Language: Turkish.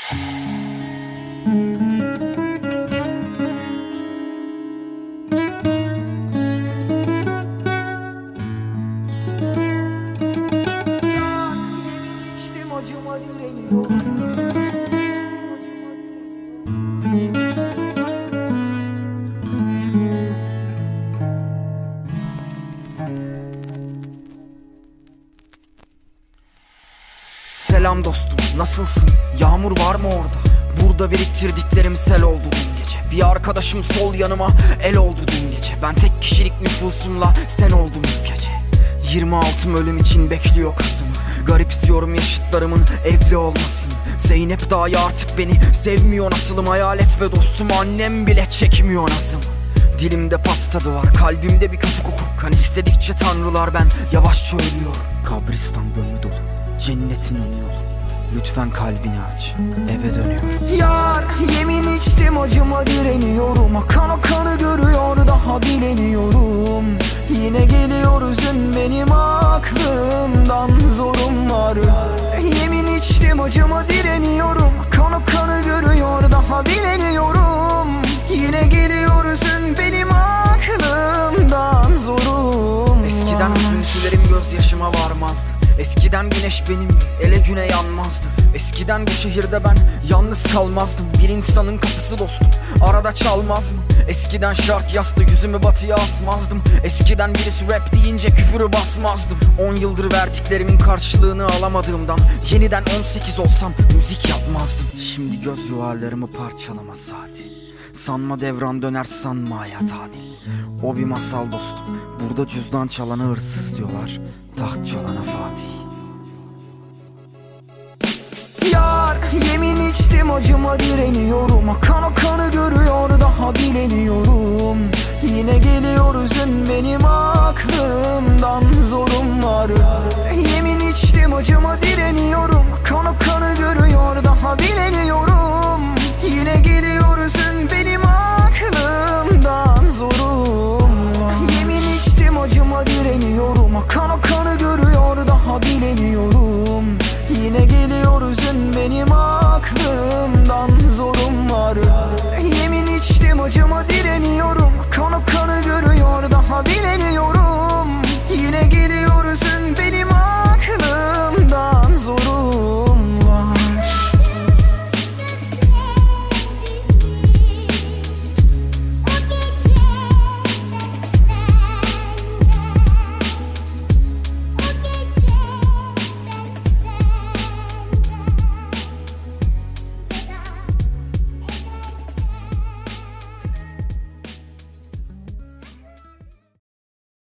İçtim acıma direniyorum. Selam dostum, nasılsın? Yağmur var mı orada? Burada biriktirdiklerim sel oldu dün gece. Bir arkadaşım sol yanıma el oldu dün gece. Ben tek kişilik nüfusumla sen oldum bu gece. 26 ölüm için bekliyor kızım. Garipsiyorum yaşıtlarımın evli olmasını. Zeynep dahi artık beni sevmiyor nasılım. Hayalet ve dostum annem bile çekmiyor nasım. Dilimde pas tadı var, kalbimde bir kötü koku. Kan istedikçe tanrılar ben yavaşça ölüyorum. Kabristan gömü dolu, cennetin önü yolu. Lütfen kalbini aç, eve dönüyorum. Yar, yemin içtim acıma direniyorum. Akan o kanı görüyor daha bileniyorum. Yine geliyor üzün benim aklımdan zorum var. Yemin içtim acıma direniyorum. Akan o kanı görüyor daha bileniyorum. Yine geliyor üzün benim aklımdan zorum. Eskiden üzüntülerim gözyaşıma varmazdı. Eskiden güneş benimdi, ele güne yanmazdı. Eskiden bu şehirde ben yalnız kalmazdım. Bir insanın kapısı dostum, arada çalmaz mı? Eskiden şark yastı, yüzümü batıya asmazdım. Eskiden birisi rap deyince küfürü basmazdım. 10 yıldır verdiklerimin karşılığını alamadığımdan yeniden 18 olsam müzik yapmazdım. Şimdi göz yuvarlarımı parçalama saati. Sanma devran döner, sanma hayat adil. O bir masal dostum, burada cüzdan çalana hırsız diyorlar, taht çalana Fatih. Yar, yemin içtim acıma direniyorum. Akan o kanı görüyor daha bileniyorum. Yine geliyor üzün benim aklımdan zorum var. Yemin içtim acıma direniyorum. Akan o kanı görüyor daha bileniyorum.